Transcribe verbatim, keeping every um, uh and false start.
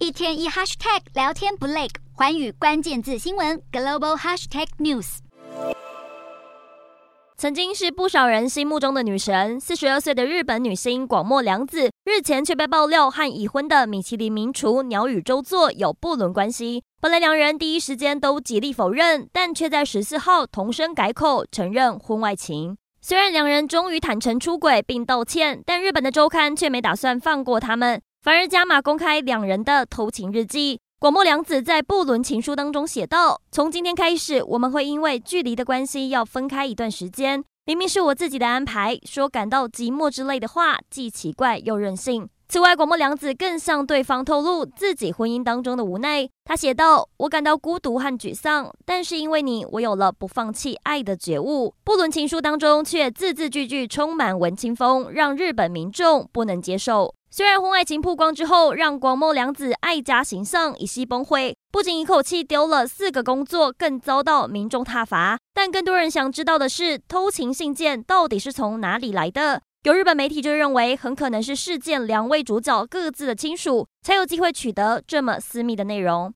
一天一 hashtag 聊天不累，寰宇关键字新闻 global hashtag news。 曾经是不少人心目中的女神，四十二岁的日本女星广末凉子，日前却被爆料和已婚的米其林名厨鸟羽周作有不伦关系。本来两人第一时间都极力否认，但却在十四号同声改口承认婚外情。虽然两人终于坦诚出轨并道歉，但日本的周刊却没打算放过他们，反而加码公开两人的偷情日记。广末凉子在不伦情书当中写道：从今天开始，我们会因为距离的关系要分开一段时间，明明是我自己的安排，说感到寂寞之类的话，既奇怪又任性。此外，广末凉子更向对方透露自己婚姻当中的无奈。她写道：我感到孤独和沮丧，但是因为你，我有了不放弃爱的觉悟。不伦情书当中却字字句句充满文青风，让日本民众不能接受。虽然婚外情曝光之后，让广末凉子爱家形象一夕崩溃，不仅一口气丢了四个工作，更遭到民众挞伐。但更多人想知道的是，偷情信件到底是从哪里来的？有日本媒体就认为，很可能是事件两位主角各自的亲属，才有机会取得这么私密的内容。